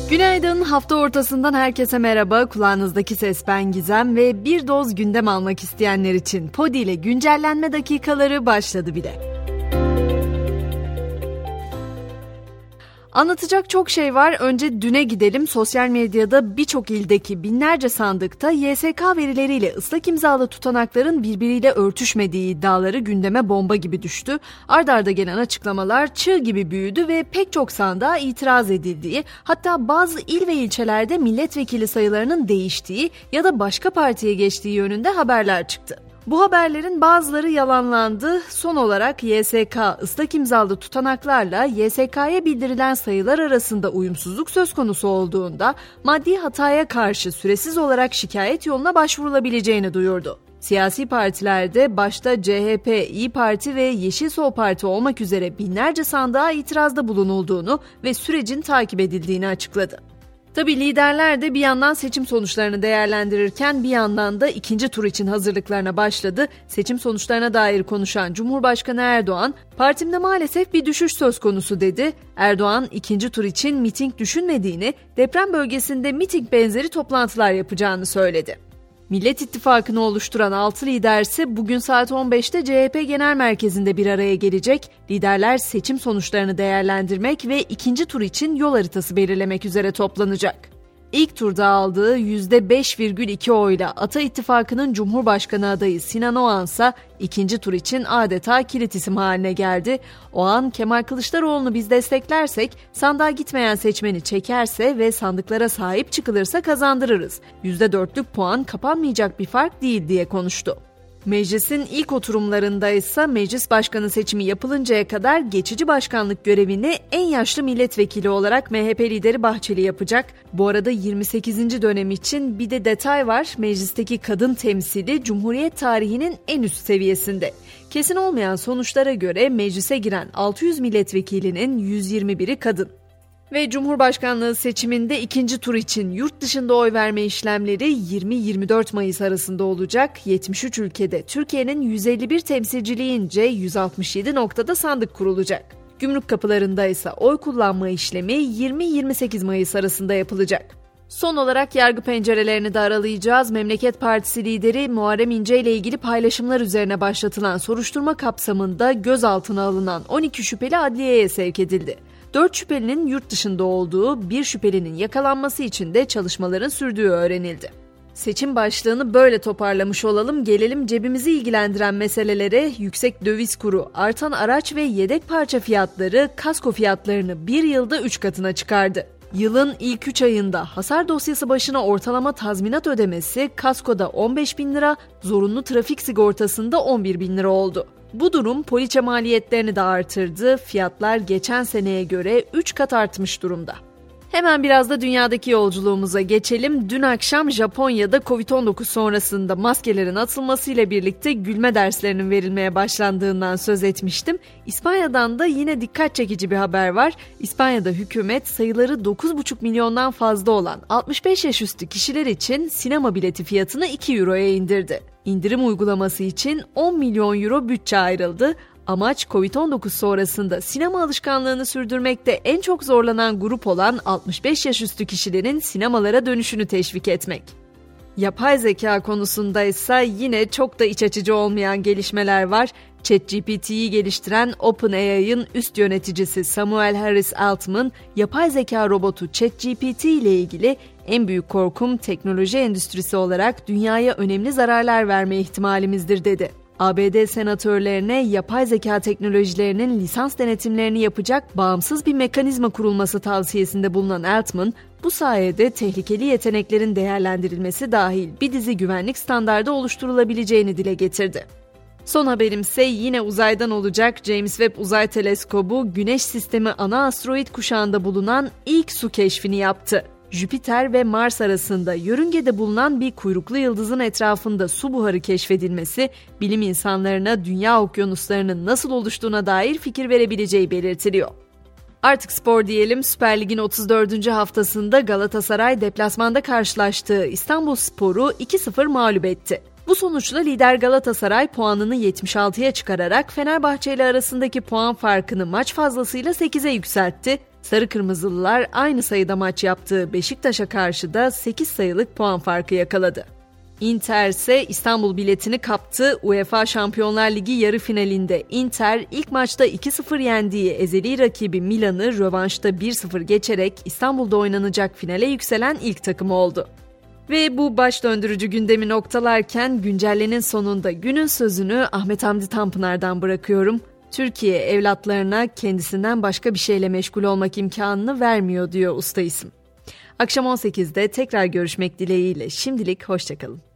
Günaydın, hafta ortasından herkese merhaba. Kulağınızdaki ses ben Gizem ve bir doz gündem almak isteyenler için Podi ile güncellenme dakikaları başladı bile. Anlatacak çok şey var. Önce düne gidelim. Sosyal medyada birçok ildeki binlerce sandıkta YSK verileriyle ıslak imzalı tutanakların birbiriyle örtüşmediği iddiaları gündeme bomba gibi düştü. Ard arda gelen açıklamalar çığ gibi büyüdü ve pek çok sandığa itiraz edildiği, hatta bazı il ve ilçelerde milletvekili sayılarının değiştiği ya da başka partiye geçtiği yönünde haberler çıktı. Bu haberlerin bazıları yalanlandı. Son olarak YSK ıslak imzalı tutanaklarla YSK'ya bildirilen sayılar arasında uyumsuzluk söz konusu olduğunda maddi hataya karşı süresiz olarak şikayet yoluna başvurulabileceğini duyurdu. Siyasi partilerde başta CHP, İYİ Parti ve Yeşil Sol Parti olmak üzere binlerce sandığa itirazda bulunulduğunu ve sürecin takip edildiğini açıkladı. Tabii liderler de bir yandan seçim sonuçlarını değerlendirirken bir yandan da ikinci tur için hazırlıklarına başladı. Seçim sonuçlarına dair konuşan Cumhurbaşkanı Erdoğan, "Partimde maalesef bir düşüş söz konusu" dedi. Erdoğan ikinci tur için miting düşünmediğini, deprem bölgesinde miting benzeri toplantılar yapacağını söyledi. Millet İttifakı'nı oluşturan 6 lider ise bugün saat 15'te CHP Genel Merkezi'nde bir araya gelecek. Liderler seçim sonuçlarını değerlendirmek ve ikinci tur için yol haritası belirlemek üzere toplanacak. İlk turda aldığı %5,2 oyla Ata İttifakı'nın Cumhurbaşkanı adayı Sinan Oğan ise ikinci tur için adeta kilit isim haline geldi. Oğan, "Kemal Kılıçdaroğlu'nu biz desteklersek, sandığa gitmeyen seçmeni çekerse ve sandıklara sahip çıkılırsa kazandırırız. %4'lük puan kapanmayacak bir fark değil" diye konuştu. Meclisin ilk oturumlarında ise meclis başkanı seçimi yapılıncaya kadar geçici başkanlık görevini en yaşlı milletvekili olarak MHP lideri Bahçeli yapacak. Bu arada 28. dönem için bir de detay var. Meclisteki kadın temsili Cumhuriyet tarihinin en üst seviyesinde. Kesin olmayan sonuçlara göre meclise giren 600 milletvekilinin 121'i kadın. Ve Cumhurbaşkanlığı seçiminde ikinci tur için yurt dışında oy verme işlemleri 20-24 Mayıs arasında olacak. 73 ülkede Türkiye'nin 151 temsilciliğince 167 noktada sandık kurulacak. Gümrük kapılarında ise oy kullanma işlemi 20-28 Mayıs arasında yapılacak. Son olarak yargı pencerelerini de aralayacağız. Memleket Partisi lideri Muharrem İnce ile ilgili paylaşımlar üzerine başlatılan soruşturma kapsamında gözaltına alınan 12 şüpheli adliyeye sevk edildi. 4 şüphelinin yurt dışında olduğu, bir şüphelinin yakalanması için de çalışmaların sürdüğü öğrenildi. Seçim başlığını böyle toparlamış olalım. Gelelim cebimizi ilgilendiren meselelere. Yüksek döviz kuru, artan araç ve yedek parça fiyatları kasko fiyatlarını bir yılda 3 katına çıkardı. Yılın ilk 3 ayında hasar dosyası başına ortalama tazminat ödemesi kaskoda 15 bin lira, zorunlu trafik sigortasında 11 bin lira oldu. Bu durum poliçe maliyetlerini de artırdı. Fiyatlar geçen seneye göre 3 kat artmış durumda. Hemen biraz da dünyadaki yolculuğumuza geçelim. Dün akşam Japonya'da Covid-19 sonrasında maskelerin atılmasıyla birlikte gülme derslerinin verilmeye başlandığından söz etmiştim. İspanya'dan da yine dikkat çekici bir haber var. İspanya'da hükümet sayıları 9,5 milyondan fazla olan 65 yaş üstü kişiler için sinema bileti fiyatını 2 euroya indirdi. İndirim uygulaması için 10 milyon euro bütçe ayrıldı. Amaç Covid-19 sonrasında sinema alışkanlığını sürdürmekte en çok zorlanan grup olan 65 yaş üstü kişilerin sinemalara dönüşünü teşvik etmek. Yapay zeka konusunda ise yine çok da iç açıcı olmayan gelişmeler var. ChatGPT'yi geliştiren OpenAI'ın üst yöneticisi Samuel Harris Altman, yapay zeka robotu ChatGPT ile ilgili "En büyük korkum teknoloji endüstrisi olarak dünyaya önemli zararlar verme ihtimalimizdir" dedi. ABD senatörlerine yapay zeka teknolojilerinin lisans denetimlerini yapacak bağımsız bir mekanizma kurulması tavsiyesinde bulunan Altman, bu sayede tehlikeli yeteneklerin değerlendirilmesi dahil bir dizi güvenlik standardı oluşturulabileceğini dile getirdi. Son haberimse yine uzaydan olacak. James Webb Uzay Teleskobu, Güneş sistemi ana asteroid kuşağında bulunan ilk su keşfini yaptı. Jüpiter ve Mars arasında yörüngede bulunan bir kuyruklu yıldızın etrafında su buharı keşfedilmesi, bilim insanlarına dünya okyanuslarının nasıl oluştuğuna dair fikir verebileceği belirtiliyor. Artık spor diyelim. Süper Lig'in 34. haftasında Galatasaray deplasmanda karşılaştığı İstanbulspor'u 2-0 mağlup etti. Bu sonuçla lider Galatasaray puanını 76'ya çıkararak Fenerbahçe ile arasındaki puan farkını maç fazlasıyla 8'e yükseltti. Sarı Kırmızılılar aynı sayıda maç yaptığı Beşiktaş'a karşı da 8 sayılık puan farkı yakaladı. Inter ise İstanbul biletini kaptı. UEFA Şampiyonlar Ligi yarı finalinde Inter ilk maçta 2-0 yendiği ezeli rakibi Milan'ı rövanşta 1-0 geçerek İstanbul'da oynanacak finale yükselen ilk takım oldu. Ve bu baş döndürücü gündemi noktalarken güncellenin sonunda günün sözünü Ahmet Hamdi Tanpınar'dan bırakıyorum. Türkiye evlatlarına kendisinden başka bir şeyle meşgul olmak imkanını vermiyor diyor usta isim. Akşam 18'de tekrar görüşmek dileğiyle şimdilik hoşça kalın.